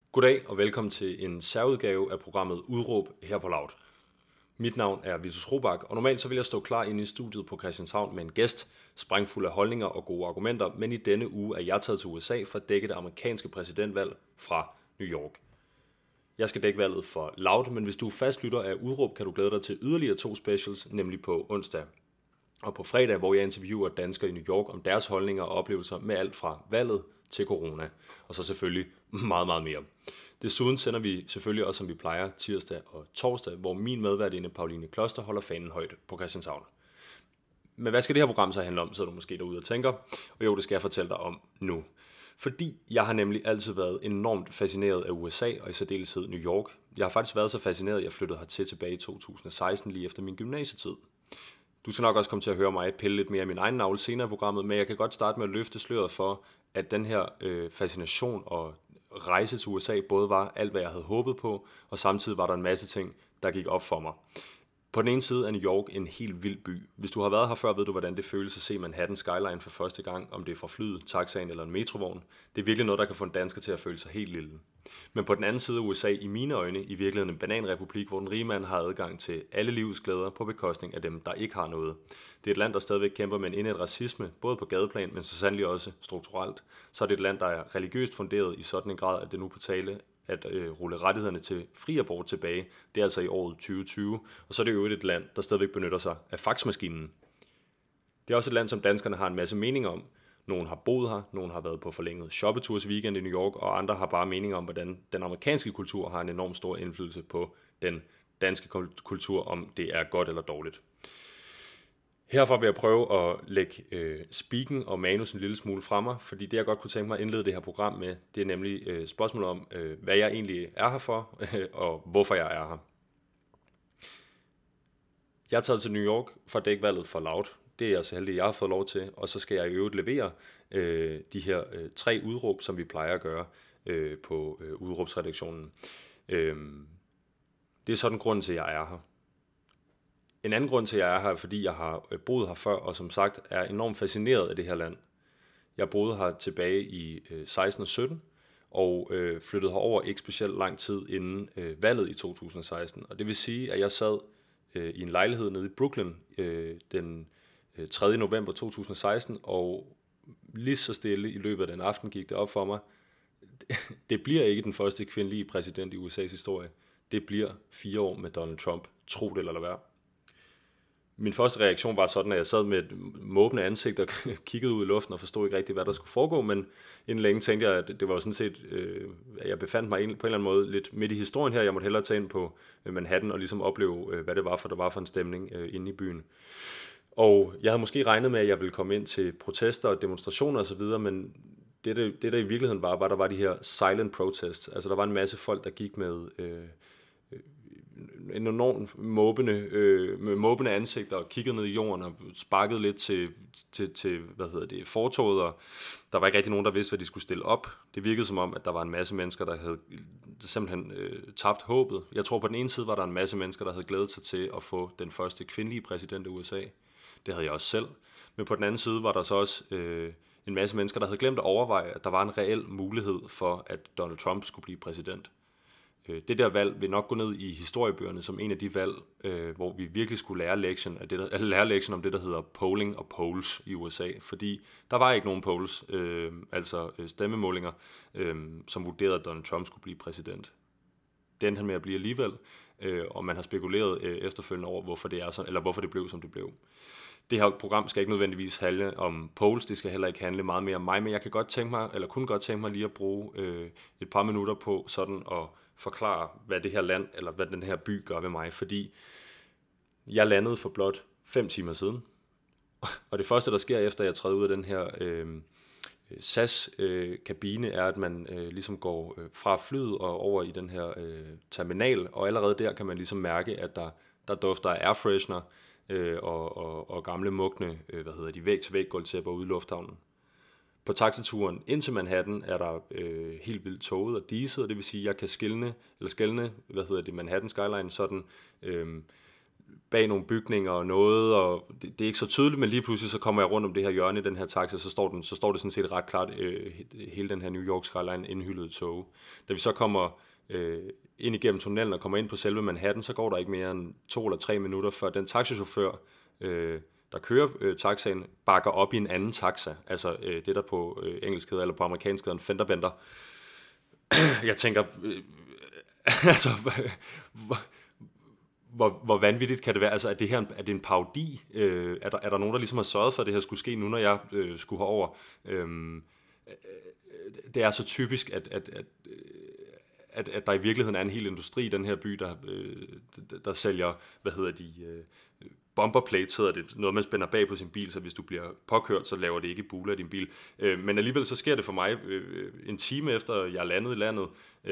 Goddag og velkommen til en særudgave af programmet Udråb her på Loud. Mit navn er Vitus Robak, og normalt så vil jeg stå klar inde i studiet på Christianshavn med en gæst, sprængfuld af holdninger og gode argumenter, men i denne uge er jeg taget til USA for at dække det amerikanske præsidentvalg fra New York. Jeg skal dække valget for Loud, men hvis du er fastlytter af Udråb, kan du glæde dig til yderligere 2 specials, nemlig på onsdag og på fredag, hvor jeg interviewer danskere i New York om deres holdninger og oplevelser med alt fra valget til corona, og så selvfølgelig meget, meget mere. Desuden sender vi selvfølgelig også, som vi plejer, tirsdag og torsdag, hvor min medværtinde Pauline Kloster holder fanen højt på Christianshavn. Men hvad skal det her program så handle om, så du måske derude og tænker? Og jo, det skal jeg fortælle dig om nu. Fordi jeg har nemlig altid været enormt fascineret af USA, og i særdeleshed New York. Jeg har faktisk været så fascineret, at jeg flyttede hertil tilbage i 2016, lige efter min gymnasietid. Du skal nok også komme til at høre mig pille lidt mere af min egen navle senere i programmet, men jeg kan godt starte med at løfte sløret for, at den her fascination og rejse til USA både var alt, hvad jeg havde håbet på, og samtidig var der en masse ting, der gik op for mig. På den ene side er New York en helt vild by. Hvis du har været her før, ved du, hvordan det føles at se Manhattan Skyline for første gang, om det er fra flyet, taxaen eller en metrovogn. Det er virkelig noget, der kan få en dansker til at føle sig helt lille. Men på den anden side af USA, i mine øjne, i virkeligheden en bananrepublik, hvor den rige mand har adgang til alle livets glæder på bekostning af dem, der ikke har noget. Det er et land, der stadigvæk kæmper med en indædt racisme, både på gadeplan, men så sandelig også strukturelt. Så er det et land, der er religiøst funderet i sådan en grad, at det nu på tale at rulle rettighederne til fri abort tilbage. Det er altså i året 2020, og så er det jo et land, der stadigvæk benytter sig af faxmaskinen. Det er også et land, som danskerne har en masse meninger om. Nogle har boet her, nogle har været på forlænget shoppeturs weekend i New York, og andre har bare meninger om, hvordan den amerikanske kultur har en enorm stor indflydelse på den danske kultur, om det er godt eller dårligt. Herfra vil jeg prøve at lægge speaken og manus en lille smule fra mig, fordi det jeg godt kunne tænke mig at indlede det her program med, det er nemlig spørgsmålet om, hvad jeg egentlig er her for, og hvorfor jeg er her. Jeg er taget til New York for at dække valget for Loud. Det er jeg så heldig, jeg har fået lov til, og så skal jeg i øvrigt levere de her 3 udråb, som vi plejer at gøre på udråbsredaktionen. Det er sådan grunden til, at jeg er her. En anden grund til, at jeg er her, er, fordi jeg har boet her før, og som sagt er enormt fascineret af det her land. Jeg boede her tilbage i 16 og 17, og flyttede herover ikke specielt lang tid inden valget i 2016. Og det vil sige, at jeg sad i en lejlighed nede i Brooklyn den 3. november 2016, og lige så stille i løbet af den aften gik det op for mig. Det bliver ikke den første kvindelige præsident i USA's historie. Det bliver 4 år med Donald Trump. Tro det eller lad være. Min første reaktion var sådan, at jeg sad med et måbende ansigt og kiggede ud i luften og forstod ikke rigtigt, hvad der skulle foregå, men inden længe tænkte jeg, at det var sådan set, at jeg befandt mig på en eller anden måde lidt midt i historien her. Jeg måtte hellere tage ind på Manhattan og ligesom opleve, hvad det var, for der var for en stemning inde i byen. Og jeg havde måske regnet med, at jeg ville komme ind til protester og demonstrationer osv., men det der i virkeligheden var, der var de her silent protests. Altså der var en masse folk, der gik med en enorm måbende ansigter og kiggede ned i jorden og sparkede lidt til fortovet, og der var ikke rigtig nogen, der vidste, hvad de skulle stille op. Det virkede som om, at der var en masse mennesker, der havde simpelthen tabt håbet. Jeg tror, på den ene side var der en masse mennesker, der havde glædet sig til at få den første kvindelige præsident af USA. Det havde jeg også selv. Men på den anden side var der så også en masse mennesker, der havde glemt at overveje, at der var en reel mulighed for, at Donald Trump skulle blive præsident. Det der valg vil nok gå ned i historiebøgerne som en af de valg, hvor vi virkelig skulle lære lektion om det, der hedder polling og polls i USA. Fordi der var ikke nogen polls, altså stemmemålinger, som vurderede, at Donald Trump skulle blive præsident. Det endte han med at blive alligevel, og man har spekuleret efterfølgende over, hvorfor det er sådan, eller hvorfor det blev, som det blev. Det her program skal ikke nødvendigvis handle om polls, det skal heller ikke handle meget mere om mig, men jeg kan godt tænke mig, eller kunne godt tænke mig lige at bruge et par minutter på sådan at forklare, hvad det her land, eller hvad den her by gør ved mig, fordi jeg landede for blot 5 timer siden, og det første, der sker efter jeg træder ud af den her SAS-kabine, er, at man ligesom går fra flyet og over i den her terminal, og allerede der kan man ligesom mærke, at der dufter af airfreshener og gamle mugne, væg-til-væg gulvtæpper ude i lufthavnen. På taxituren ind til Manhattan er der helt vildt toget og diset, og det vil sige, at jeg kan skelne Manhattan Skyline sådan bag nogle bygninger og noget, og det er ikke så tydeligt, men lige pludselig så kommer jeg rundt om det her hjørne i den her taxa, så står det sådan set ret klart, hele den her New York skyline indhyldede tog. Da vi så kommer ind igennem tunnelen og kommer ind på selve Manhattan, så går der ikke mere end 2 eller 3 minutter, før den taxichauffør, der kører taxaen, bakker op i en anden taxa, altså det der på engelsk hedder, eller på amerikansk hedder en fenderbender. Jeg tænker, altså, hvor vanvittigt kan det være? Altså, er det en parodi? Er der nogen, der ligesom har sørget for, at det her skulle ske nu, når jeg skulle herover? Det er så typisk, at der i virkeligheden er en hel industri i den her by, der sælger, bumper plates hedder det, noget man spænder bag på sin bil, så hvis du bliver påkørt, så laver det ikke bule af din bil. Men alligevel så sker det for mig en time efter, jeg er landet i landet,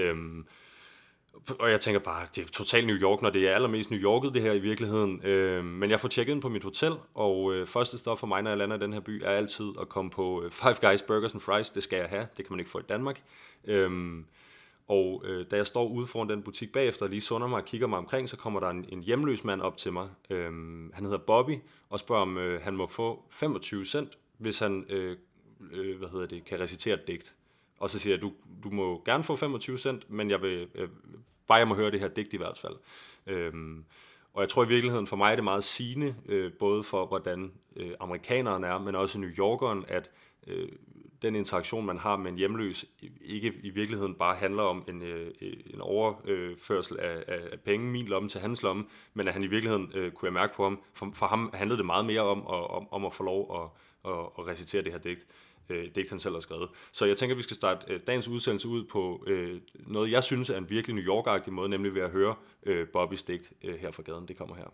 og jeg tænker bare, det er totalt New York, når det er allermest New Yorket det her i virkeligheden. Men jeg får tjekket ind på mit hotel, og første stop for mig, når jeg lander i den her by, er altid at komme på Five Guys Burgers and Fries. Det skal jeg have, det kan man ikke få i Danmark. Og da jeg står ude foran den butik bagefter og lige sunder mig og kigger mig omkring, så kommer der en hjemløs mand op til mig. Han hedder Bobby og spørger, om han må få 25 cent, hvis han kan recitere et digt. Og så siger jeg, du må gerne få 25 cent, men jeg vil bare jeg må høre det her digt i hvert fald. Og jeg tror i virkeligheden for mig er det meget sigende, både for hvordan amerikaneren er, men også New Yorkeren, at den interaktion, man har med en hjemløs, ikke i virkeligheden bare handler om en overførsel af penge, min lomme til hans lomme, men at han i virkeligheden, kunne jeg mærke på ham, for ham handlede det meget mere om at få lov at recitere det her digt, han selv har skrevet. Så jeg tænker, at vi skal starte dagens udsendelse ud på noget, jeg synes er en virkelig New York-agtig måde, nemlig ved at høre Bobbys digt her fra gaden. Det kommer her.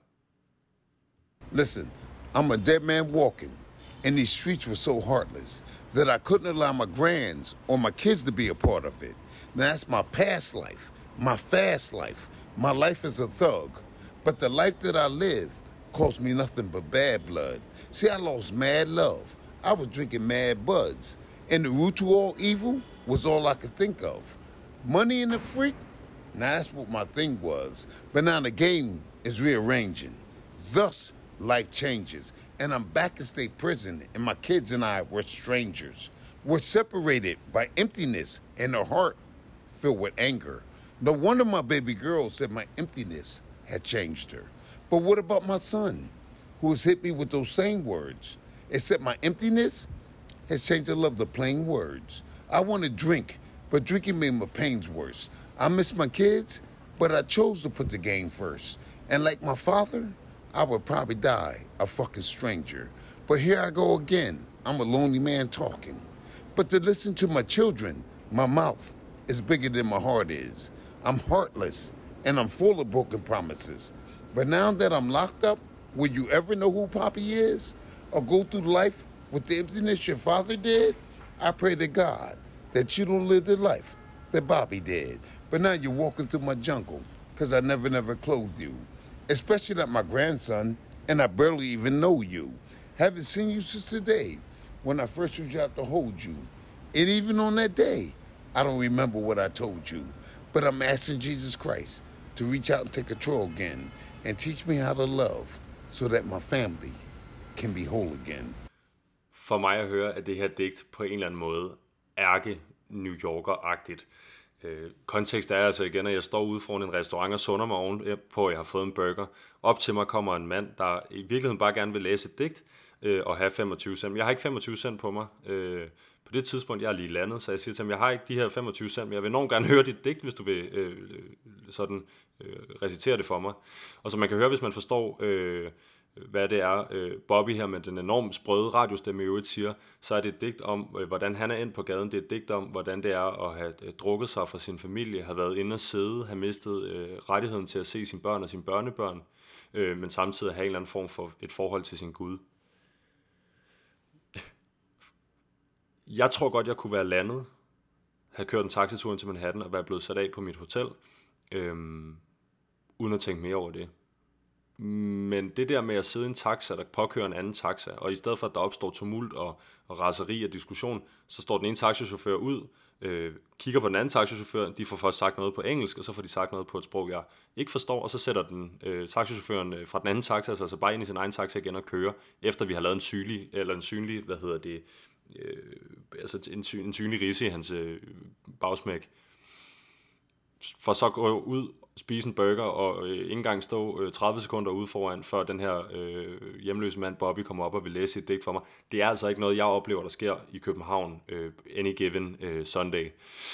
Listen, I'm a dead man walking, and these streets were so heartless that I couldn't allow my grands or my kids to be a part of it. Now that's my past life, my fast life. My life as a thug. But the life that I live cost me nothing but bad blood. See, I lost mad love. I was drinking mad buds. And the root to all evil was all I could think of. Money and the freak? Now that's what my thing was. But now the game is rearranging. Thus, life changes. And I'm back in state prison, and my kids and I were strangers. We're separated by emptiness and a heart filled with anger. No wonder my baby girl said my emptiness had changed her. But what about my son, who has hit me with those same words? Except my emptiness has changed to love the plain words. I want to drink, but drinking made my pains worse. I miss my kids, but I chose to put the game first. And like my father, I would probably die a fucking stranger. But here I go again. I'm a lonely man talking. But to listen to my children, my mouth is bigger than my heart is. I'm heartless, and I'm full of broken promises. But now that I'm locked up, will you ever know who Poppy is? Or go through life with the emptiness your father did? I pray to God that you don't live the life that Bobby did. But now you're walking through my jungle, because I never clothed you. Especially not my grandson, and I barely even know you. Haven't seen you since today, when I first reached out to hold you. And even on that day, I don't remember what I told you. But I'm asking Jesus Christ to reach out and take control again, and teach me how to love, so that my family can be whole again. For mig at høre, at det her digt på en eller anden måde ærke New Yorker-agtigt. Kontekst er altså igen, at jeg står ude foran en restaurant og sunder mig ovenpå, at jeg har fået en burger. Op til mig kommer en mand, der i virkeligheden bare gerne vil læse et digt og have 25 cent. Jeg har ikke 25 cent på mig. På det tidspunkt, jeg er lige landet, så jeg siger til ham, jeg har ikke de her 25 cent, men jeg vil enormt gerne høre dit digt, hvis du vil recitere det for mig. Og så man kan høre, hvis man forstår, hvad det er, Bobby her med den enormt sprøde radiostemme i øvrigt siger, så er det et digt om, hvordan han er endt på gaden. Det er et digt om, hvordan det er at have drukket sig fra sin familie, have været inde og sidde, have mistet rettigheden til at se sine børn og sine børnebørn, men samtidig have en eller anden form for et forhold til sin Gud. Jeg tror godt, jeg kunne være landet, have kørt en taxitur til Manhattan og være blevet sat af på mit hotel, uden at tænke mere over det. Men det der med at sidde i en taxa, der påkører en anden taxa, og i stedet for at der opstår tumult og raseri og diskussion, så står den ene taxichauffør ud kigger på den anden taxichauffør, de får først sagt noget på engelsk, og så får de sagt noget på et sprog, jeg ikke forstår, og så sætter taxichaufføren fra den anden taxa, altså bare ind i sin egen taxa igen og kører, efter vi har lavet en synlig, en synlig ridse i hans bagsmæk. For så gå ud, spise en burger og ikke engang stå 30 sekunder ude foran, før den her hjemløse mand Bobby kommer op og vil læse et digt for mig. Det er altså ikke noget, jeg oplever, der sker i København any given Sunday.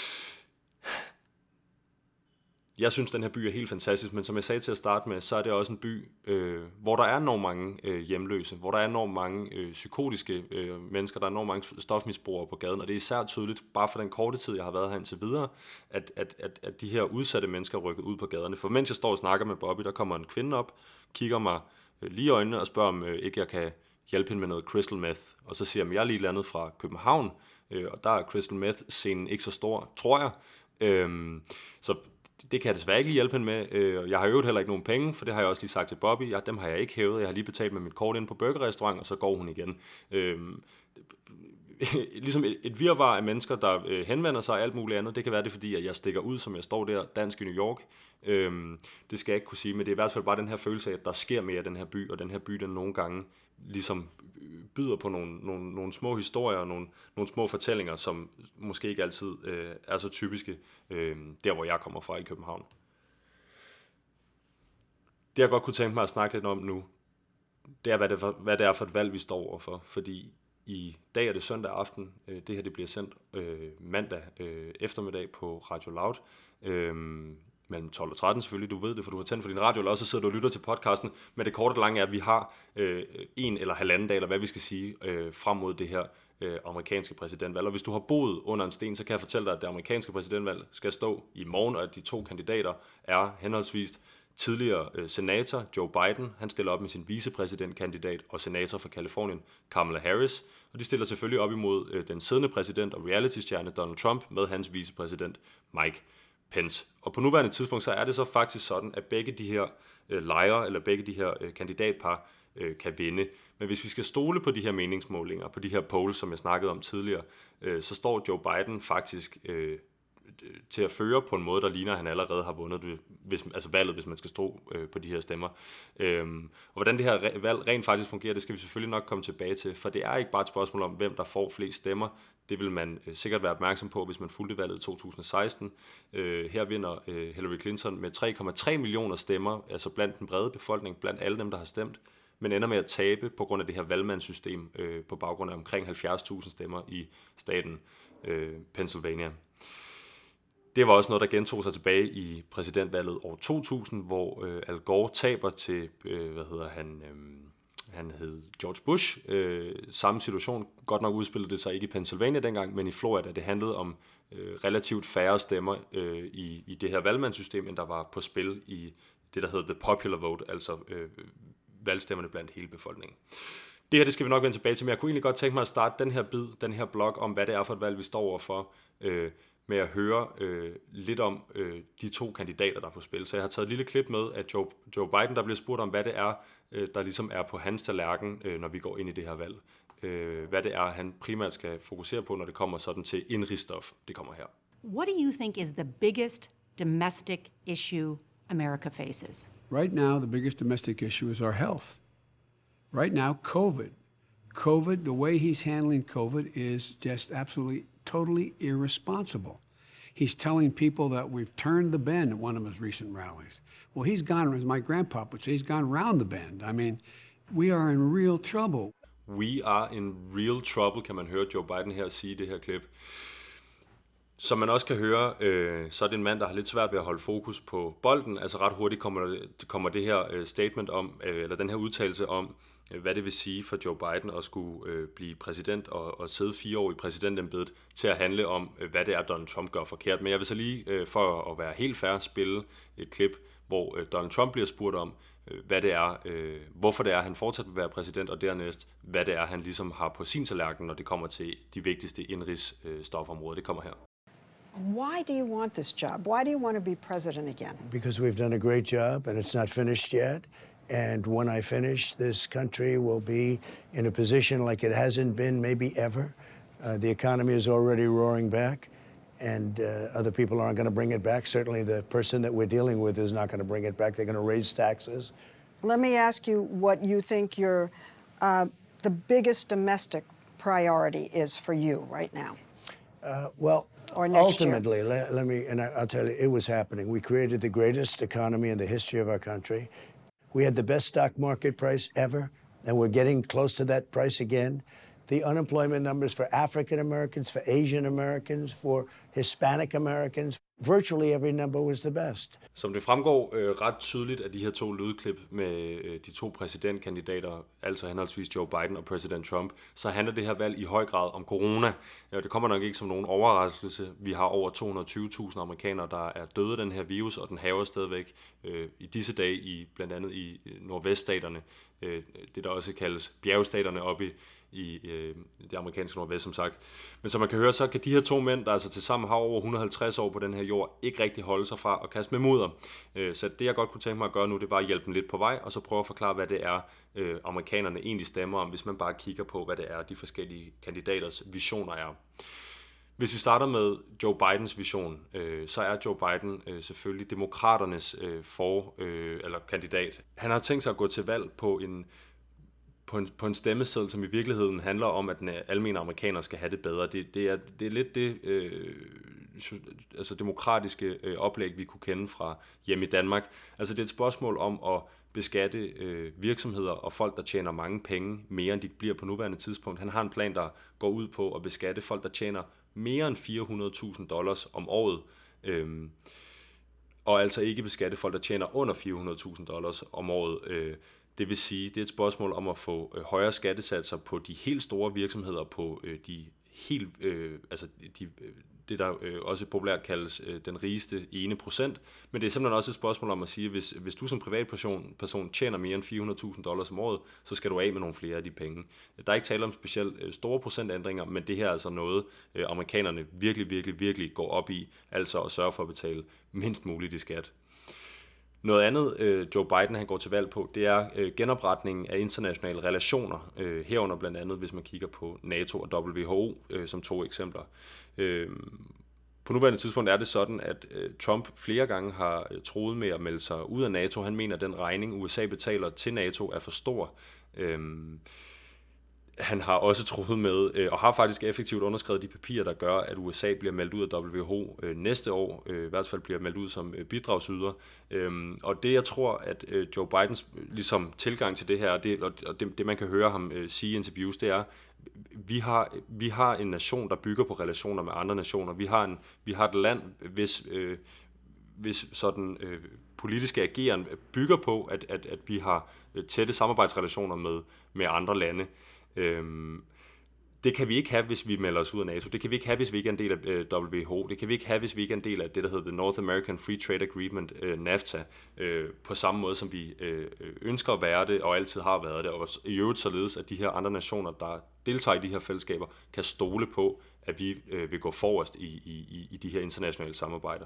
Jeg synes, den her by er helt fantastisk, men som jeg sagde til at starte med, så er det også en by, hvor der er enormt mange hjemløse, hvor der er enormt mange psykotiske mennesker, der er enormt mange stofmisbrugere på gaden, og det er især tydeligt, bare for den korte tid, jeg har været her indtil videre, at de her udsatte mennesker er rykket ud på gaderne. For mens jeg står og snakker med Bobby, der kommer en kvinde op, kigger mig lige i øjnene og spørger, om ikke jeg kan hjælpe hende med noget crystal meth, og så siger jeg, at jeg er lige landet fra København, og der er crystal meth-scenen ikke så stor, tror jeg. Så det kan jeg desværre ikke lige hjælpe hende med. Jeg har jo heller ikke nogen penge, for det har jeg også lige sagt til Bobby. Dem har jeg ikke hævet. Jeg har lige betalt med mit kort ind på burgerrestaurant, og så går hun igen. Ligesom et virvar af mennesker, der henvender sig og alt muligt andet. Det kan være det, fordi at jeg stikker ud, som jeg står der, dansk i New York. Det skal jeg ikke kunne sige, men det er i hvert fald bare den her følelse af, at der sker mere i den her by, og den her by, den nogle gange ligesom byder på nogle små historier og nogle små fortællinger, som måske ikke altid er så typiske der, hvor jeg kommer fra i København. Det jeg godt kunne tænke mig at snakke lidt om nu, det er, hvad det er for et valg, vi står overfor. Fordi i dag er det søndag aften. Det her det bliver sendt mandag eftermiddag på Radio Loud. Mellem 12 og 13 selvfølgelig, du ved det, for du har tændt for din radio, eller også så sidder du og lytter til podcasten. Men det korte og lange er, at vi har en eller halvanden dag, eller hvad vi skal sige, frem mod det her amerikanske præsidentvalg. Og hvis du har boet under en sten, så kan jeg fortælle dig, at det amerikanske præsidentvalg skal stå i morgen, og at de to kandidater er henholdsvis tidligere senator Joe Biden, han stiller op med sin vicepræsidentkandidat og senator fra Kalifornien, Kamala Harris, og de stiller selvfølgelig op imod den siddende præsident og reality-stjerne Donald Trump med hans vicepræsident Mike Pence. Og på nuværende tidspunkt, så er det så faktisk sådan, at begge de her lejre, eller begge de her kandidatpar, kan vinde. Men hvis vi skal stole på de her meningsmålinger, på de her polls, som jeg snakkede om tidligere, så står Joe Biden faktisk til at føre på en måde, der ligner, at han allerede har vundet valget, hvis man skal stå på de her stemmer. Og hvordan det her valg rent faktisk fungerer, det skal vi selvfølgelig nok komme tilbage til, for det er ikke bare et spørgsmål om, hvem der får flest stemmer. Det vil man sikkert være opmærksom på, hvis man fulgte valget i 2016. Her vinder Hillary Clinton med 3,3 millioner stemmer, altså blandt den brede befolkning, blandt alle dem, der har stemt, men ender med at tabe på grund af det her valgmandssystem på baggrund af omkring 70.000 stemmer i staten Pennsylvania. Det var også noget, der gentog sig tilbage i præsidentvalget år 2000, hvor Al Gore taber til, han hed George Bush. Samme situation, godt nok udspillede det sig ikke i Pennsylvania dengang, men i Florida. Det handlede om relativt færre stemmer i det her valgmandssystem, end der var på spil i det, der hedder the popular vote, altså valgstemmerne blandt hele befolkningen. Det her, det skal vi nok vende tilbage til, men jeg kunne egentlig godt tænke mig at starte den her bid, den her blog om, hvad det er for et valg, vi står overfor, med at høre lidt om de to kandidater, der er på spil. Så jeg har taget et lille klip med af Joe Biden, der bliver spurgt om, hvad det er, der ligesom er på hans tallerken, når vi går ind i det her valg. Hvad det er, han primært skal fokusere på, når det kommer sådan til indrigsstof. Det kommer her. What do you think is the biggest domestic issue America faces? Right now, the biggest domestic issue is our health. Right now, COVID, the way he's handling COVID is just absolutely, totally irresponsible. He's telling people that we've turned the bend at one of his recent rallies. Well, he's gone, as my grandpa would say, he's gone round the bend. I mean, we are in real trouble. We are in real trouble, kan man høre Joe Biden her sige i det her klip. Som man også kan høre, så er det en mand, der har lidt svært ved at holde fokus på bolden. Altså ret hurtigt kommer det her statement om, eller den her udtalelse om, hvad det vil sige for Joe Biden at skulle blive præsident og sidde 4 år i præsidentembedet, til at handle om, hvad det er, Donald Trump gør forkert. Men jeg vil så lige, for at være helt fair, spille et klip, hvor Donald Trump bliver spurgt om, hvad det er, hvorfor det er, han fortsat vil være præsident, og dernæst, hvad det er, han ligesom har på sin tallerken, når det kommer til de vigtigste indrigsstofområder. Det kommer her. Why do you want this job? Why do you want to be president again? Because we've done a great job and it's not finished yet. And when I finish, this country will be in a position like it hasn't been maybe ever. The economy is already roaring back. and other people aren't going to bring it back. Certainly the person that we're dealing with is not going to bring it back. They're going to raise taxes. Let me ask you what you think the biggest domestic priority is for you right now. Well, Or next year. ultimately, let me, and I'll tell you, it was happening. We created the greatest economy in the history of our country. We had the best stock market price ever, and we're getting close to that price again. The unemployment numbers for African Americans, for Asian Americans, for Hispanic Americans, virtually every number was the best. Som det fremgår ret tydeligt af de her to lydklip med de to præsidentkandidater, altså henholdsvis Joe Biden og præsident Trump, så handler det her valg i høj grad om corona. Det kommer nok ikke som nogen overraskelse. Vi har over 220.000 amerikanere, der er døde af den her virus, og den hærger stadigvæk i disse dage, blandt andet i nordveststaterne. Det der også kaldes bjergstaterne oppe i det amerikanske nordvest, som sagt. Men som man kan høre, så kan de her to mænd, der altså tilsammen har over 150 år på den her jord, ikke rigtig holde sig fra at kaste med mudder. Så det, jeg godt kunne tænke mig at gøre nu, det var at hjælpe dem lidt på vej, og så prøve at forklare, hvad det er, amerikanerne egentlig stemmer om, hvis man bare kigger på, hvad det er, de forskellige kandidaters visioner er. Hvis vi starter med Joe Bidens vision, så er Joe Biden selvfølgelig demokraternes eller kandidat. Han har tænkt sig at gå til valg på en stemmeseddel, som i virkeligheden handler om, at den almene amerikaner skal have det bedre. Det er lidt det demokratiske oplæg, vi kunne kende fra hjemme i Danmark. Altså det er et spørgsmål om at beskatte virksomheder og folk, der tjener mange penge, mere end de bliver på nuværende tidspunkt. Han har en plan, der går ud på at beskatte folk, der tjener mere end $400,000 om året, og altså ikke beskatte folk, der tjener under $400,000 om året. Det vil sige, det er et spørgsmål om at få højere skattesatser på de helt store virksomheder, på det der også populært kaldes den rigeste 1%. Men det er simpelthen også et spørgsmål om at sige, hvis du som privatperson tjener mere end $400,000 om året, så skal du af med nogle flere af de penge. Der er ikke tale om specielt store procentændringer, men det her er altså noget, amerikanerne virkelig går op i, altså at sørge for at betale mindst muligt i skat. Noget andet, Joe Biden han går til valg på, det er genopretningen af internationale relationer, herunder blandt andet, hvis man kigger på NATO og WHO som to eksempler. På nuværende tidspunkt er det sådan, at Trump flere gange har truet med at melde sig ud af NATO. Han mener, at den regning, USA betaler til NATO, er for stor. Han har også truet med, og har faktisk effektivt underskrevet de papirer, der gør, at USA bliver meldt ud af WHO næste år, i hvert fald bliver meldt ud som bidragsyder. Og det, jeg tror, at Joe Bidens ligesom tilgang til det her, og det man kan høre ham sige i interviews, det er, vi har en nation, der bygger på relationer med andre nationer. Vi har et land, hvis sådan politiske ageren bygger på, at vi har tætte samarbejdsrelationer med andre lande. Det kan vi ikke have, hvis vi melder os ud af NATO. Det kan vi ikke have, hvis vi ikke er en del af WHO. Det kan vi ikke have, hvis vi ikke er en del af det, der hedder The North American Free Trade Agreement, NAFTA, på samme måde, som vi ønsker at være det, og altid har været det, og i øvrigt således, at de her andre nationer, der deltager i de her fællesskaber, kan stole på, at vi vil gå forrest i de her internationale samarbejder.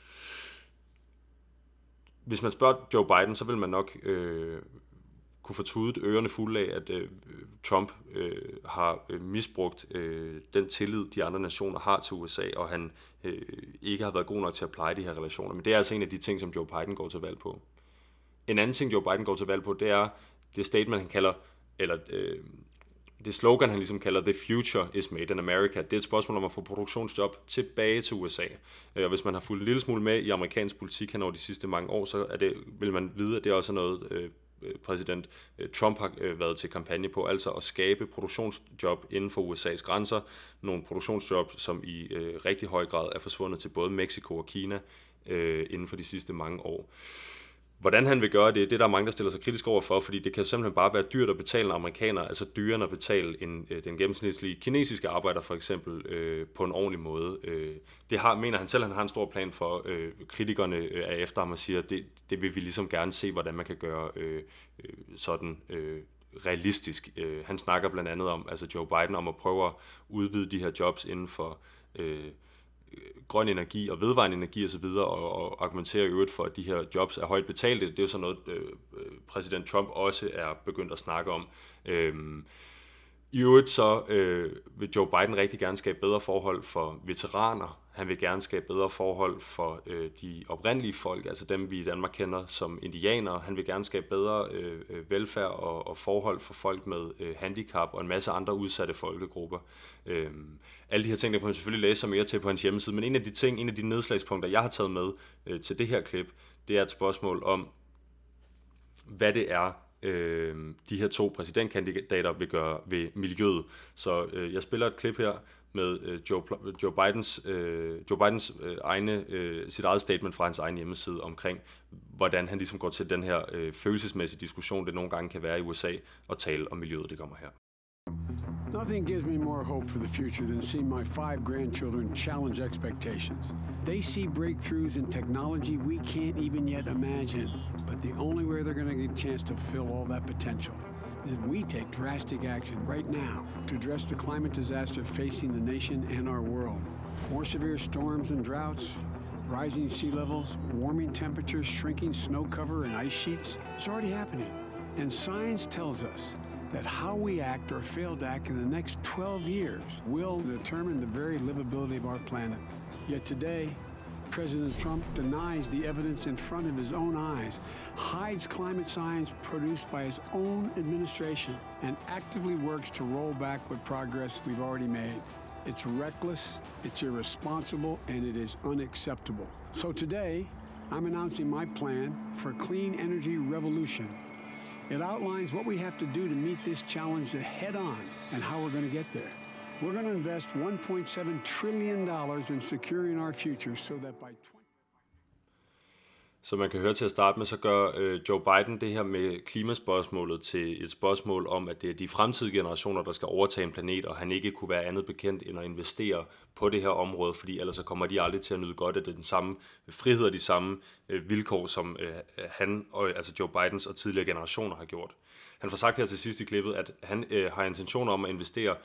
Hvis man spørger Joe Biden, så vil man nok kunne få tudet ørerne fulde af, at Trump har misbrugt den tillid, de andre nationer har til USA, og han ikke har været god nok til at pleje de her relationer. Men det er altså en af de ting, som Joe Biden går til valg på. En anden ting, Joe Biden går til valg på, det er det statement, han kalder, eller det slogan, han ligesom kalder, The future is made in America. Det er et spørgsmål om at få produktionsjob tilbage til USA. Og hvis man har fulgt en lille smule med i amerikansk politik hen over de sidste mange år, så vil man vide, at det er også noget, præsident Trump har været til kampagne på, altså at skabe produktionsjob inden for USA's grænser. Nogle produktionsjob, som i rigtig høj grad er forsvundet til både Mexico og Kina inden for de sidste mange år. Hvordan han vil gøre det, det er der mange, der stiller sig kritisk over for, fordi det kan simpelthen bare være dyrt at betale en amerikaner, altså dyrere end at betale den gennemsnitlige kinesiske arbejder for eksempel på en ordentlig måde. Mener han selv, han har en stor plan for. Kritikerne er efter ham og siger, at det vil vi ligesom gerne se, hvordan man kan gøre sådan realistisk. Han snakker blandt andet om, altså Joe Biden, om at prøve at udvide de her jobs inden for grøn energi og vedvarende energi osv., og argumenterer i øvrigt for, at de her jobs er højt betalte. Det er jo sådan noget, præsident Trump også er begyndt at snakke om. I øvrigt så vil Joe Biden rigtig gerne skabe bedre forhold for veteraner. Han vil gerne skabe bedre forhold for de oprindelige folk, altså dem vi i Danmark kender som indianere. Han vil gerne skabe bedre velfærd og forhold for folk med handicap og en masse andre udsatte folkegrupper. Alle de her ting, der kan man selvfølgelig læse mere til på hans hjemmeside, men en af de nedslagspunkter, jeg har taget med til det her klip, det er et spørgsmål om, hvad det er, de her 2 præsidentkandidater vil gøre ved miljøet. Så jeg spiller et klip her med Joe Bidens sit eget statement fra hans egen hjemmeside omkring, hvordan han ligesom går til den her følelsesmæssige diskussion, det nogle gange kan være i USA, og tale om miljøet. Det kommer her. Nothing gives me more hope for the future than seeing my 5 grandchildren challenge expectations. They see breakthroughs in technology we can't even yet imagine. But the only way they're going to get a chance to fulfill all that potential is if we take drastic action right now to address the climate disaster facing the nation and our world. More severe storms and droughts, rising sea levels, warming temperatures, shrinking snow cover and ice sheets. It's already happening. And science tells us that how we act or fail to act in the next 12 years will determine the very livability of our planet. Yet today, President Trump denies the evidence in front of his own eyes, hides climate science produced by his own administration, and actively works to roll back what progress we've already made. It's reckless, it's irresponsible, and it is unacceptable. So today, I'm announcing my plan for a clean energy revolution. It outlines what we have to do to meet this challenge head on and how we're going to get there. We're going to invest $1.7 trillion in securing our future so that by 20... Så man kan høre til at starte med, så gør Joe Biden det her med klimaspørgsmålet til et spørgsmål om, at det er de fremtidige generationer, der skal overtage en planet, og han ikke kunne være andet bekendt end at investere på det her område, fordi ellers så kommer de aldrig til at nyde godt af den samme frihed og de samme vilkår, som han, altså Joe Bidens og tidligere generationer har gjort. Han får sagt her til sidst i klippet, at han har intentioner om at investere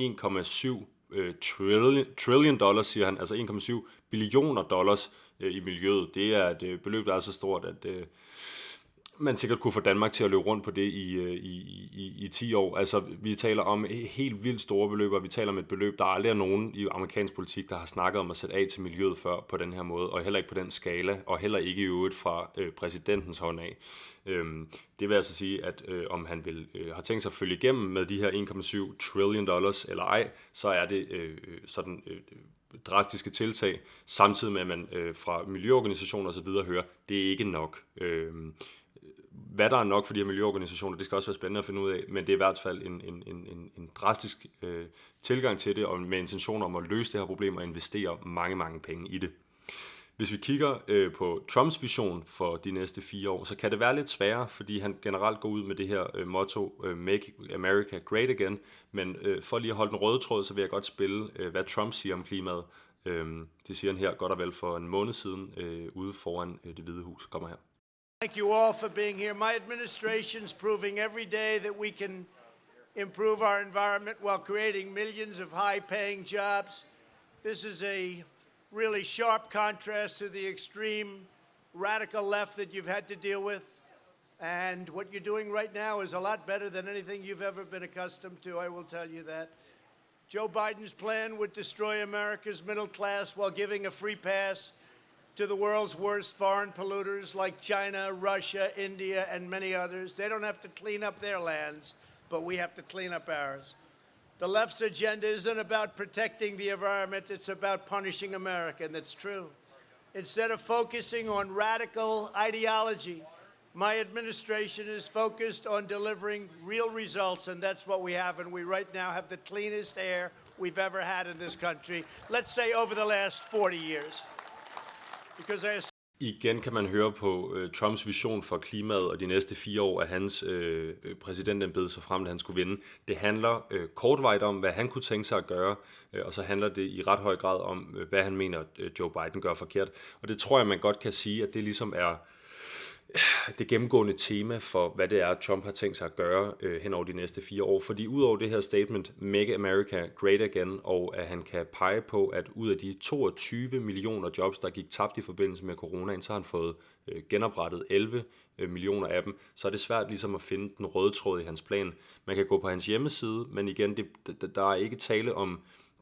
1,7 trillion dollars, siger han, altså 1,7 billioner dollars i miljøet. Det er et beløb, der er så stort, at man sikkert kunne få Danmark til at løbe rundt på det i 10 år. Altså, vi taler om helt vildt store beløb, og vi taler om et beløb, der aldrig er nogen i amerikansk politik, der har snakket om at sætte af til miljøet før på den her måde, og heller ikke på den skala, og heller ikke i øvrigt fra præsidentens hånd af. Det vil altså sige, at om han har tænkt sig at følge igennem med de her 1,7 trillion dollars eller ej, så er det sådan drastiske tiltag, samtidig med, at man fra miljøorganisationer osv. hører, det er ikke nok. Hvad der er nok for de her miljøorganisationer, det skal også være spændende at finde ud af, men det er i hvert fald en drastisk tilgang til det, og med intentioner om at løse det her problem og investere mange, mange penge i det. Hvis vi kigger på Trumps vision for de næste 4 år, så kan det være lidt sværere, fordi han generelt går ud med det her motto, Make America Great Again, men for lige at holde den røde tråd, så vil jeg godt spille, hvad Trump siger om klimaet. Det siger han her godt og vel for en måned siden ude foran Det Hvide Hus. Kommer her. Thank you all for being here. My administration's proving every day that we can improve our environment while creating millions of high-paying jobs. This is a really sharp contrast to the extreme radical left that you've had to deal with. And what you're doing right now is a lot better than anything you've ever been accustomed to, I will tell you that. Joe Biden's plan would destroy America's middle class while giving a free pass to the world's worst foreign polluters like China, Russia, India, and many others. They don't have to clean up their lands, but we have to clean up ours. The left's agenda isn't about protecting the environment, it's about punishing America, and that's true. Instead of focusing on radical ideology, my administration is focused on delivering real results, and that's what we have, and we right now have the cleanest air we've ever had in this country, let's say over the last 40 years. Igen kan man høre på Trumps vision for klimaet og de næste 4 år af hans præsidentembede, så frem til han skulle vinde. Det handler kortvejt om, hvad han kunne tænke sig at gøre, og så handler det i ret høj grad om, hvad han mener, Joe Biden gør forkert. Og det tror jeg, man godt kan sige, at det ligesom er det gennemgående tema for, hvad det er, Trump har tænkt sig at gøre hen over de næste 4 år. Fordi udover det her statement, Make America Great Again, og at han kan pege på, at ud af de 22 millioner jobs, der gik tabt i forbindelse med coronaen, så har han fået genoprettet 11 millioner af dem, så er det svært ligesom at finde den røde tråd i hans plan. Man kan gå på hans hjemmeside, men igen, der er ikke tale om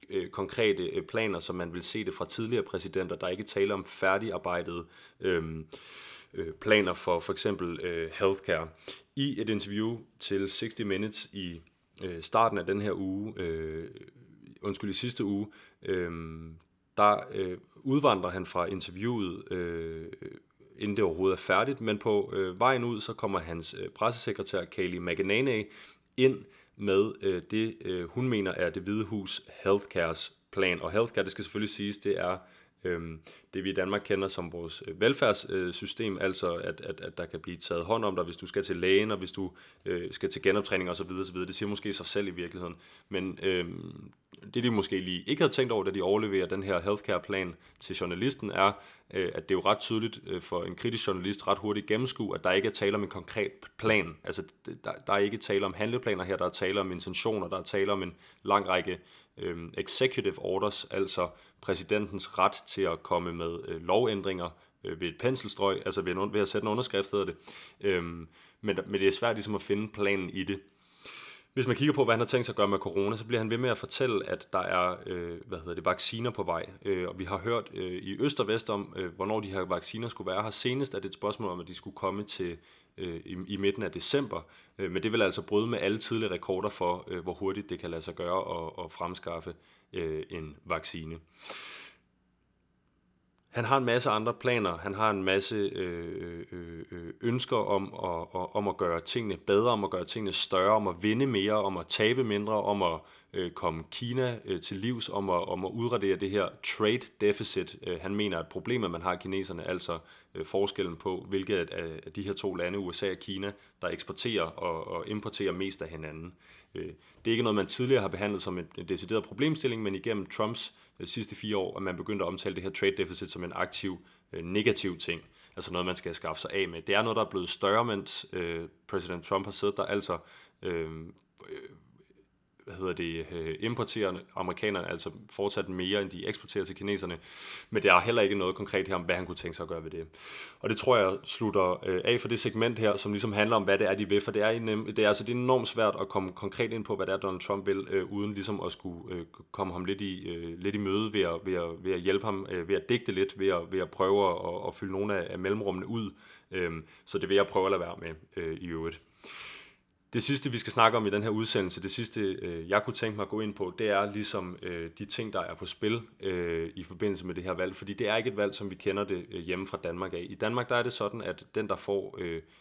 konkrete planer, som man vil se det fra tidligere præsidenter. Der er ikke tale om færdigarbejdede planer for eksempel healthcare. I et interview til 60 Minutes i starten af den her uge, i sidste uge, der udvandrer han fra interviewet, inden det overhovedet er færdigt, men på vejen ud, så kommer hans pressesekretær Kayleigh McEnany ind med det, hun mener er det Hvide Hus healthcares plan. Og healthcare, det skal selvfølgelig siges, det er det vi i Danmark kender som vores velfærdssystem, altså at der kan blive taget hånd om dig, hvis du skal til lægen, og hvis du skal til genoptræning osv. Det siger måske sig selv i virkeligheden. Men det de måske lige ikke havde tænkt over, da de overleverer den her healthcare-plan til journalisten, er, at det er jo ret tydeligt for en kritisk journalist ret hurtigt gennemskue, at der ikke er tale om en konkret plan. Altså der er ikke tale om handleplaner her, der er tale om intentioner, der er tale om en lang række executive orders, altså præsidentens ret til at komme med lovændringer ved et penselstrøg, altså ved at sætte en underskrift, hedder det. Men det er svært ligesom at finde planen i det. Hvis man kigger på, hvad han har tænkt sig at gøre med corona, så bliver han ved med at fortælle, at der er vacciner på vej. Og vi har hørt i øst og vest om, hvornår de her vacciner skulle være her. Senest er det et spørgsmål om, at de skulle komme til i midten af december. Men det vil altså bryde med alle tidligere rekorder for, hvor hurtigt det kan lade sig gøre at fremskaffe en vaccine. Han har en masse andre planer, han har en masse ønsker om at gøre tingene bedre, om at gøre tingene større, om at vinde mere, om at tabe mindre, om at komme Kina til livs, om at udradere det her trade deficit. Han mener, at problemet, man har kineserne, altså forskellen på, hvilke af de her to lande, USA og Kina, der eksporterer og importerer mest af hinanden. Det er ikke noget, man tidligere har behandlet som en decideret problemstilling, men igennem Trumps sidste 4 år, at man begyndte at omtale det her trade deficit som en aktiv, negativ ting. Altså noget, man skal skaffe sig af med. Det er noget, der er blevet større, mens præsident Trump har siddet der. Altså importerer amerikanerne altså fortsat mere, end de eksporterer til kineserne. Men der er heller ikke noget konkret her om, hvad han kunne tænke sig at gøre ved det. Og det tror jeg slutter af for det segment her, som ligesom handler om, hvad det er, de vil. For det er enormt svært at komme konkret ind på, hvad det er, Donald Trump vil, uden ligesom at skulle komme ham lidt i møde ved at hjælpe ham, ved at digte lidt, ved at prøve at fylde nogle af mellemrummene ud. Så det vil jeg prøve at lade være med i øvrigt. Det sidste, vi skal snakke om i den her udsendelse, det sidste, jeg kunne tænke mig at gå ind på, det er ligesom de ting, der er på spil i forbindelse med det her valg. Fordi det er ikke et valg, som vi kender det hjemme fra Danmark af. I Danmark, der er det sådan, at den, der får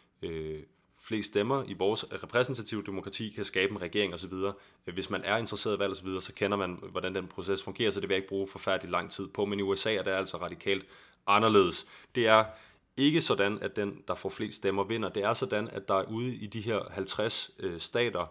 flest stemmer i vores repræsentative demokrati, kan skabe en regering osv. Hvis man er interesseret i valg osv., så kender man, hvordan den proces fungerer, så det vil jeg ikke bruge forfærdeligt lang tid på. Men i USA er det altså radikalt anderledes. Det er ikke sådan, at den, der får flest stemmer, vinder. Det er sådan, at der ude i de her 50 stater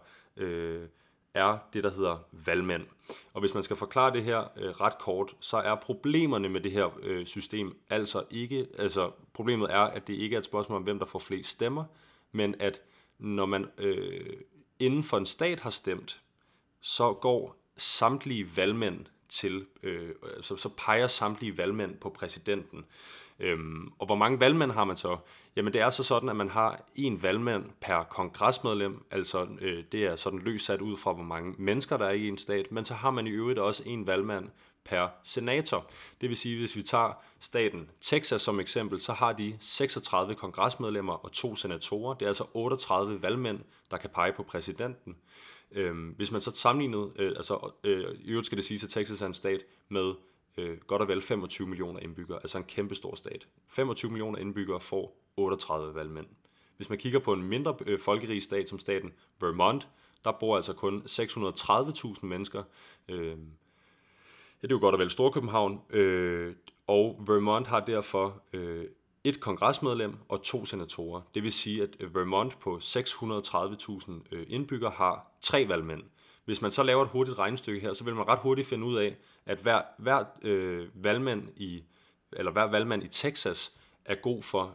er det, der hedder valgmænd. Og hvis man skal forklare det her ret kort, så er problemerne med det her system problemet er, at det ikke er et spørgsmål om, hvem der får flest stemmer, men at når man inden for en stat har stemt, så går samtlige valgmænd til, så peger samtlige valgmænd på præsidenten. Og hvor mange valgmænd har man så? Jamen det er så sådan, at man har en valgmand per kongresmedlem, altså det er sådan løst sat ud fra, hvor mange mennesker der er i en stat, men så har man i øvrigt også en valgmand per senator. Det vil sige, hvis vi tager staten Texas som eksempel, så har de 36 kongresmedlemmer og 2 senatorer. Det er altså 38 valgmænd, der kan pege på præsidenten. Hvis man så sammenlignet, i øvrigt skal det sige, at Texas er en stat med godt og vel 25 millioner indbyggere, altså en kæmpe stor stat. 25 millioner indbyggere får 38 valgmænd. Hvis man kigger på en mindre folkerig stat som staten Vermont, der bor altså kun 630.000 mennesker. Det er jo godt og vel Storkøbenhavn, og Vermont har derfor et kongresmedlem og 2 senatorer. Det vil sige, at Vermont på 630.000 indbyggere har 3 valgmænd. Hvis man så laver et hurtigt regnestykke her, så vil man ret hurtigt finde ud af, at hver valgmand i Texas er god for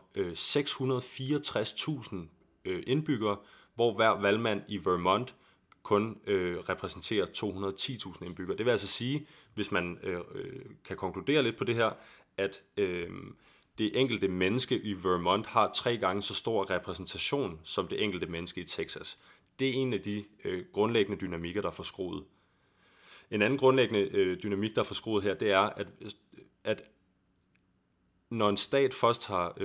664.000 indbyggere, hvor hver valgmand i Vermont kun repræsenterer 210.000 indbyggere. Det vil altså sige, hvis man kan konkludere lidt på det her, at det enkelte menneske i Vermont har 3 gange så stor repræsentation som det enkelte menneske i Texas. Det er en af de grundlæggende dynamikker, der er forskruet. En anden grundlæggende dynamik, der er forskruet her, det er, at når en stat først har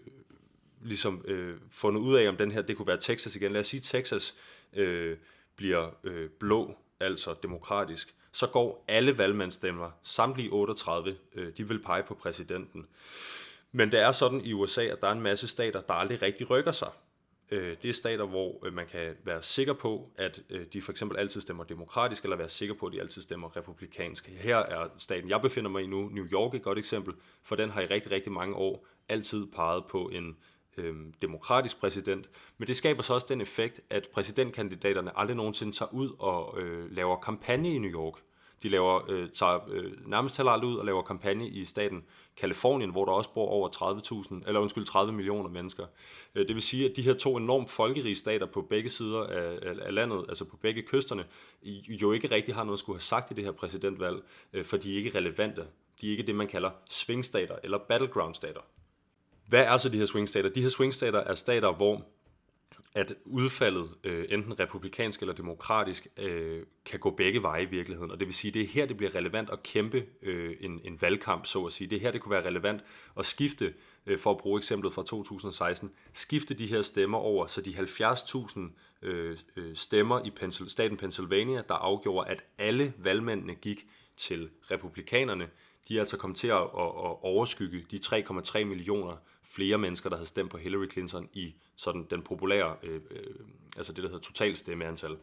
fundet ud af, om den her, det kunne være Texas igen, lad os sige, Texas bliver blå, altså demokratisk, så går alle valgmandsstemmer, samtlige 38, de vil pege på præsidenten. Men det er sådan i USA, at der er en masse stater, der aldrig rigtig rykker sig. Det er stater, hvor man kan være sikker på, at de for eksempel altid stemmer demokratisk, eller være sikker på, at de altid stemmer republikansk. Her er staten, jeg befinder mig i nu, New York, et godt eksempel, for den har i rigtig, rigtig mange år altid peget på en demokratisk præsident. Men det skaber så også den effekt, at præsidentkandidaterne aldrig nogensinde tager ud og laver kampagne i New York. De nærmest tager aldrig ud og laver kampagne i staten Kalifornien, hvor der også bor over 30 millioner mennesker. Det vil sige, at de her to enormt folkerige stater på begge sider af landet, altså på begge kysterne, jo ikke rigtig har noget at skulle have sagt i det her præsidentvalg, for de er ikke relevante. De er ikke det, man kalder swingstater eller battleground-stater. Hvad er så de her swingstater? De her swingstater er stater, hvor at udfaldet, enten republikansk eller demokratisk, kan gå begge veje i virkeligheden. Og det vil sige, det er her, det bliver relevant at kæmpe en valgkamp, så at sige. Det er her, det kunne være relevant at skifte, for at bruge eksemplet fra 2016, skifte de her stemmer over, så de 70.000 stemmer i staten Pennsylvania, der afgjorde, at alle valgmændene gik til republikanerne, de er altså kommet til at overskygge de 3,3 millioner flere mennesker, der havde stemt på Hillary Clinton i sådan den populære, altså det, der hedder totalstemmeantal.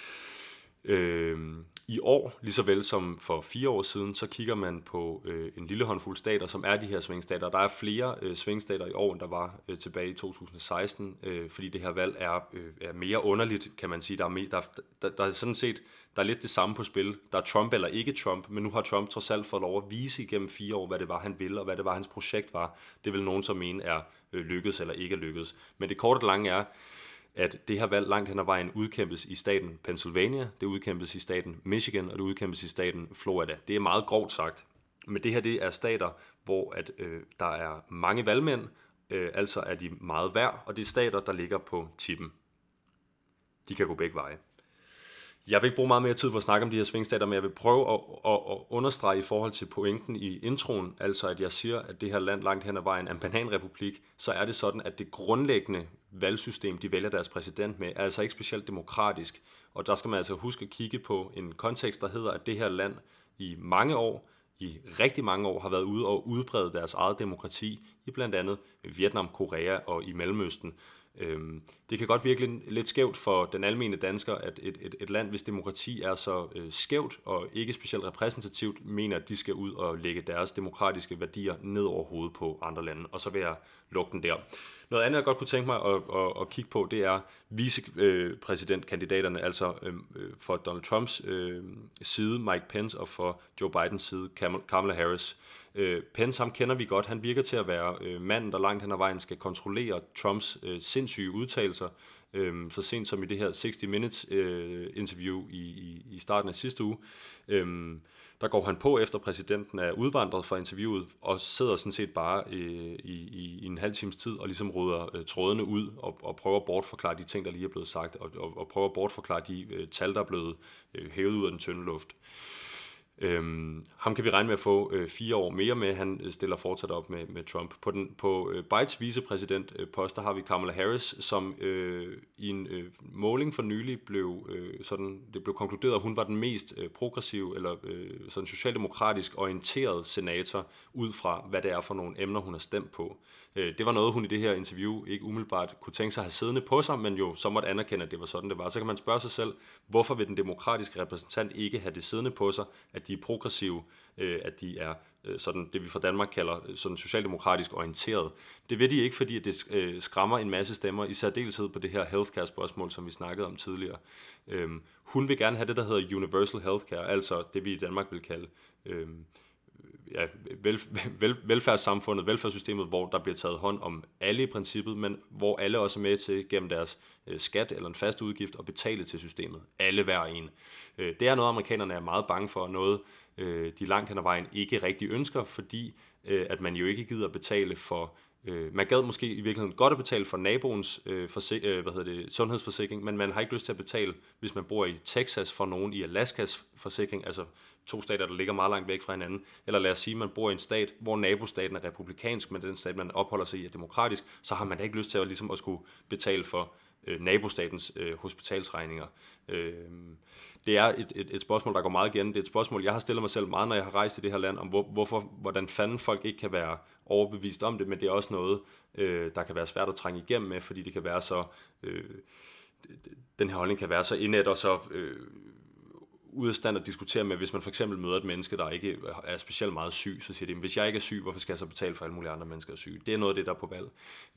I år, lige så vel som for 4 år siden, så kigger man på en lille håndfuld stater, som er de her swingstater. Der er flere swingstater i år, end der var tilbage i 2016, fordi det her valg er mere underligt, kan man sige. Der er sådan set, der er lidt det samme på spil. Der er Trump eller ikke Trump, men nu har Trump trods alt fået lov at vise igennem 4 år, hvad det var, han ville, og hvad det var, hans projekt var. Det vil nogen så mene er lykkedes eller ikke lykkedes. Men det korte og lange er, at det her valg langt hen ad vejen udkæmpes i staten Pennsylvania, det udkæmpes i staten Michigan, og det udkæmpes i staten Florida. Det er meget grovt sagt, men det her det er stater, hvor at, der er mange valgmænd, altså er de meget værd, og det er stater, der ligger på tippen. De kan gå begge veje. Jeg vil ikke bruge meget mere tid på at snakke om de her swingstater, men jeg vil prøve at understrege i forhold til pointen i introen, altså at jeg siger, at det her land langt hen ad vejen er en bananrepublik, så er det sådan, at det grundlæggende valgsystem, de vælger deres præsident med, er altså ikke specielt demokratisk. Og der skal man altså huske at kigge på en kontekst, der hedder, at det her land i rigtig mange år har været ude og udbrede deres eget demokrati i blandt andet Vietnam, Korea og i Mellemøsten. Det kan godt virke lidt skævt for den almene dansker, at et land, hvis demokrati er så skævt og ikke specielt repræsentativt, mener, at de skal ud og lægge deres demokratiske værdier ned over hovedet på andre lande, og så vil jeg lukke den der. Noget andet, jeg godt kunne tænke mig at kigge på, det er vicepræsidentkandidaterne, altså for Donald Trumps side Mike Pence og for Joe Bidens side Kamala Harris. Pence, ham kender vi godt. Han virker til at være manden, der langt hen ad vejen skal kontrollere Trumps sindssyge udtalelser. Så sent som i det her 60 Minutes interview i starten af sidste uge, der går han på efter præsidenten er udvandret fra interviewet og sidder sådan set bare i en halv times tid og ligesom ruder trådene ud og prøver at bortforklare de ting, der lige er blevet sagt, og prøver at bortforklare de tal, der er blevet hævet ud af den tynde luft. Ham kan vi regne med at få 4 år mere med. Han stiller fortsat op med Trump. På Bidens vicepræsidentpost, der har vi Kamala Harris, som i en måling for nylig det blev konkluderet, at hun var den mest progressive eller sådan socialdemokratisk orienteret senator ud fra, hvad det er for nogle emner, hun har stemt på. Det var noget, hun i det her interview ikke umiddelbart kunne tænke sig at have siddende på sig, men jo så måtte anerkende, at det var sådan, det var. Så kan man spørge sig selv, hvorfor vil den demokratiske repræsentant ikke have det siddende på sig, at de er progressive, at de er sådan det, vi fra Danmark kalder sådan socialdemokratisk orienteret. Det ved de ikke, fordi det skræmmer en masse stemmer, i særdeleshed på det her healthcare-spørgsmål, som vi snakkede om tidligere. Hun vil gerne have det, der hedder universal healthcare, altså det, vi i Danmark vil kalde velfærdssamfundet, velfærdssystemet, hvor der bliver taget hånd om alle i princippet, men hvor alle også er med til gennem deres skat eller en fast udgift at betale til systemet. Alle hver en. Det er noget, amerikanerne er meget bange for, noget de langt hen ad vejen ikke rigtig ønsker, fordi at man jo ikke gider betale for man gad måske i virkeligheden godt at betale for naboens sundhedsforsikring, men man har ikke lyst til at betale, hvis man bor i Texas, for nogen i Alaskas forsikring, altså 2 stater, der ligger meget langt væk fra hinanden. Eller lad os sige, at man bor i en stat, hvor nabostaten er republikansk, men den stat, man opholder sig i, er demokratisk, så har man da ikke lyst til at skulle betale for nabostatens hospitalsregninger. Det er et spørgsmål, der går meget igen. Det er et spørgsmål, jeg har stillet mig selv meget, når jeg har rejst i det her land, om hvordan fanden folk ikke kan være overbevist om det, men det er også noget, der kan være svært at trænge igennem med, fordi det kan være så, den her holdning kan være så indet og så ude af stand at diskutere med, hvis man for eksempel møder et menneske, der ikke er specielt meget syg, så siger de, hvis jeg ikke er syg, hvorfor skal jeg så betale for alle mulige andre mennesker er syge? Det er noget af det, der er på valg.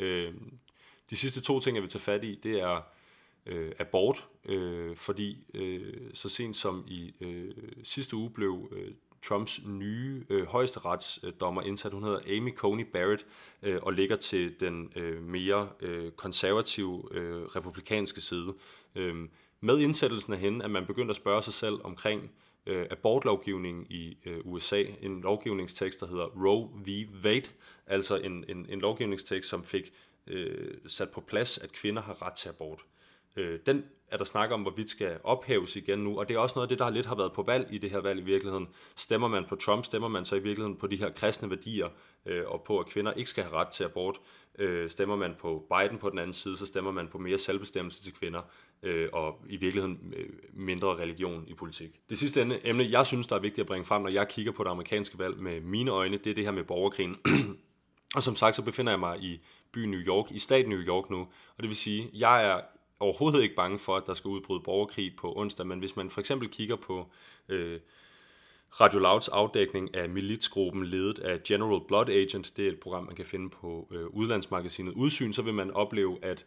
De sidste 2 ting, jeg vil tage fat i, det er abort, fordi så sent som i sidste uge blev Trumps nye højesteretsdommer indsat. Hun hedder Amy Coney Barrett og ligger til den mere konservative republikanske side. Med indsættelsen af hende, at man begyndte at spørge sig selv omkring abortlovgivningen i USA, en lovgivningstekst, der hedder Roe v. Wade, altså en lovgivningstekst, som fik sat på plads, at kvinder har ret til abort. Den er der snak om, hvorvidt skal ophæves igen nu, og det er også noget af det, der lidt har været på valg i det her valg i virkeligheden. Stemmer man på Trump, stemmer man så i virkeligheden på de her kristne værdier, og på, at kvinder ikke skal have ret til abort. Stemmer man på Biden på den anden side, så stemmer man på mere selvbestemmelse til kvinder, og i virkeligheden mindre religion i politik. Det sidste emne, jeg synes, der er vigtigt at bringe frem, når jeg kigger på det amerikanske valg med mine øjne, det er det her med borgerkrigen. Og som sagt, så befinder jeg mig i byen New York, i staten New York nu, og det vil sige, jeg er overhovedet ikke bange for, at der skal udbryde borgerkrig på onsdag, men hvis man for eksempel kigger på Radio Louds afdækning af militsgruppen ledet af General Blood Agent, det er et program, man kan finde på udlandsmagasinet Udsyn, så vil man opleve, at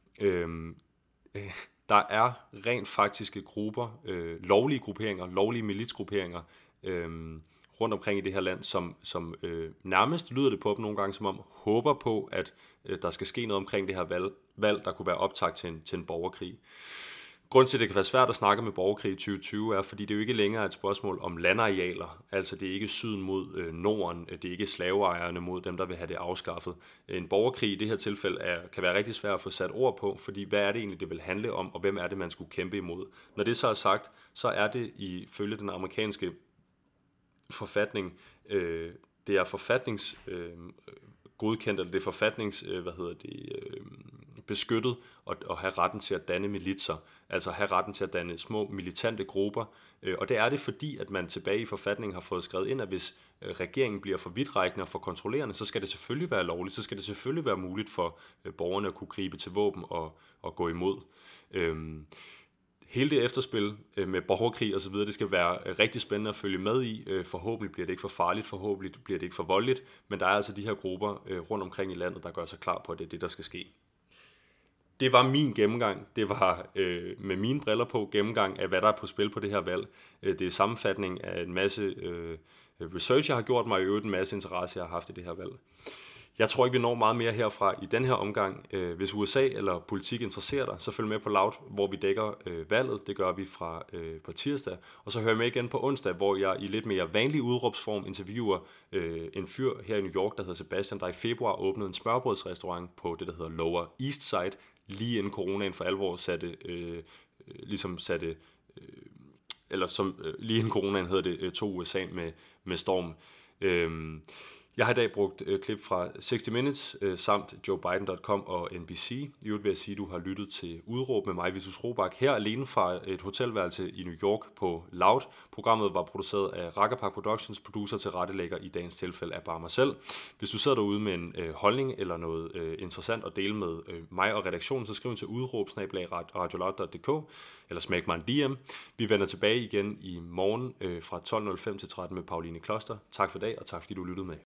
der er rent faktiske grupper, lovlige grupperinger, lovlige militsgrupperinger, rundt omkring i det her land, som nærmest lyder det på dem nogle gange, som om håber på, at der skal ske noget omkring det her valg, der kunne være optakt til en borgerkrig. Grunden til, at det kan være svært at snakke med borgerkrig i 2020, er, fordi det jo ikke længere er et spørgsmål om landarealer. Altså det er ikke syden mod Norden, det er ikke slaveejerne mod dem, der vil have det afskaffet. En borgerkrig i det her tilfælde kan være rigtig svært at få sat ord på, fordi hvad er det egentlig, det vil handle om, og hvem er det, man skulle kæmpe imod? Når det så er sagt, så er det ifølge den amerikanske forfatning, det er godkendt, eller det er beskyttet at have retten til at danne militser, altså have retten til at danne små militante grupper, og det er det, fordi at man tilbage i forfatningen har fået skrevet ind, at hvis regeringen bliver for vidtrækkende og for kontrollerende, så skal det selvfølgelig være lovligt, så skal det selvfølgelig være muligt for borgerne at kunne gribe til våben og gå imod. Hele det efterspil med borgerkrig og så videre, det skal være rigtig spændende at følge med i. Forhåbentlig bliver det ikke for farligt, forhåbentlig bliver det ikke for voldeligt, men der er altså de her grupper rundt omkring i landet, der gør sig klar på, at det er det, der skal ske. Det var min gennemgang. Det var med mine briller på gennemgang af, hvad der er på spil på det her valg. Det er sammenfatning af en masse research, jeg har gjort mig, og i øvrigt en masse interesse, jeg har haft i det her valg. Jeg tror ikke, vi når meget mere herfra i den her omgang. Hvis USA eller politik interesserer dig, så følg med på Loud, hvor vi dækker valget. Det gør vi på tirsdag. Og så hører med igen på onsdag, hvor jeg i lidt mere vanlig udråbsform interviewer en fyr her i New York, der hedder Sebastian, der i februar åbnede en smørbrødsrestaurant på det, der hedder Lower East Side, lige inden coronaen for alvor lige inden coronaen hedder det, tog USA med storm. Jeg har i dag brugt klip fra 60 Minutes samt JoeBiden.com og NBC. I øvrigt vil jeg sige, at du har lyttet til Udråb med mig, Vitus Robak, her alene fra et hotelværelse i New York på Loud. Programmet var produceret af Rakkerpark Productions, producer til rettelægger i dagens tilfælde af bare mig selv. Hvis du sidder derude med en holdning eller noget interessant at dele med mig og redaktionen, så skriv til udråb@radioloud.dk eller smæk mig en DM. Vi vender tilbage igen i morgen fra 12.05 til 13 med Pauline Kloster. Tak for i dag, og tak fordi du lyttede med.